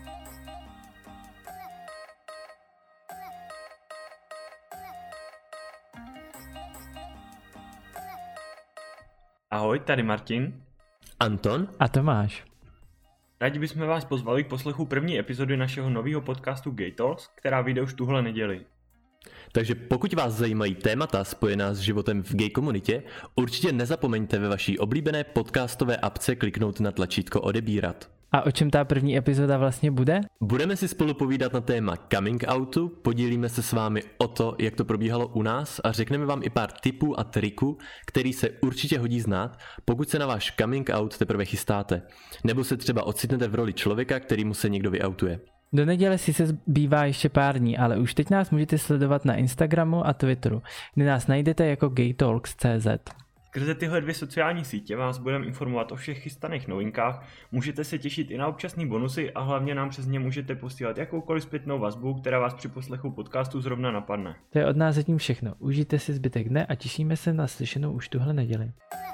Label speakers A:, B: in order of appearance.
A: Ahoj, tady Martin,
B: Anton
C: a Tomáš.
A: Rádi bychom vás pozvali k poslechu první epizody našeho nového podcastu Gay Talks, která vyjde už tuhle neděli.
B: Takže pokud vás zajímají témata spojená s životem v gay komunitě, určitě nezapomeňte ve vaší oblíbené podcastové apce kliknout na tlačítko odebírat.
C: A o čem ta první epizoda vlastně bude?
B: Budeme si spolu povídat na téma coming outu, podílíme se s vámi o to, jak to probíhalo u nás a řekneme vám i pár tipů a triků, který se určitě hodí znát, pokud se na váš coming out teprve chystáte. Nebo se třeba ocitnete v roli člověka, kterýmu se někdo vyoutuje.
C: Do neděle si se zbývá ještě pár dní, ale už teď nás můžete sledovat na Instagramu a Twitteru, kde nás najdete jako gaytalks.cz.
A: Skrze tyhle dvě sociální sítě vás budeme informovat o všech chystaných novinkách, můžete se těšit i na občasný bonusy a hlavně nám přes ně můžete posílat jakoukoliv zpětnou vazbu, která vás při poslechu podcastu zrovna napadne.
C: To je od nás zatím všechno. Užijte si zbytek dne a těšíme se na slyšenou už tuhle neděli.